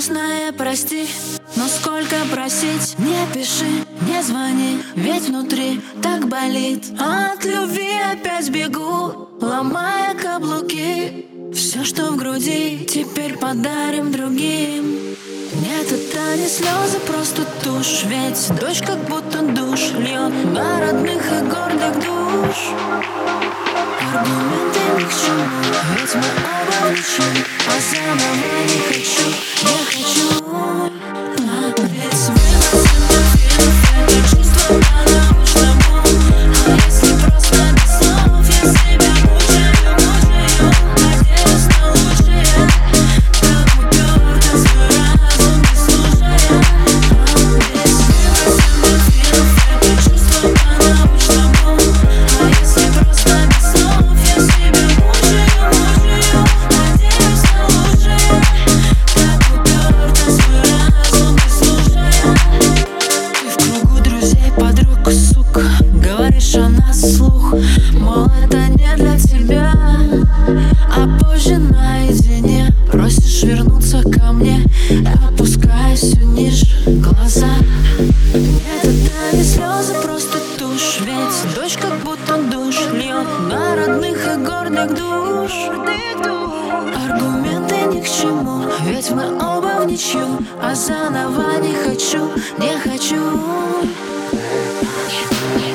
грустное, прости, но сколько просить? Не пиши, не звони, ведь внутри так болит. От любви опять бегу, ломая каблуки. Все, что в груди, теперь подарим другим. Нет, это не слезы, просто тушь. Ведь дождь как будто душ льет на родных и гордых душ. Аргументы ни к чему, ведь мы оба в ничью. А заново не хочу, не хочу. Ведь выбросим эфиров это чувство по-научному. А если просто без слов я себя мучаю? Надеюсь на лучшее, так уперто свой разум не слушая. Ведь выбросим эфиров это чувство по-научному. А если просто без слов я себя мучаю? Надеюсь на лучшее, так уперто свой разум не слушая. Ты в кругу друзей, подруг, сука, говоришь о нас вслух, мол, это не для тебя. А позже наедине просишь вернуться ко мне, опускаясь все ниже глаза. Нет, это не слезы, просто тушь. Ведь дождь как будто душ льет на родных и гордых душ. Аргументы ни к чему, ведь мы оба в ничью. А заново не хочу, не хочу.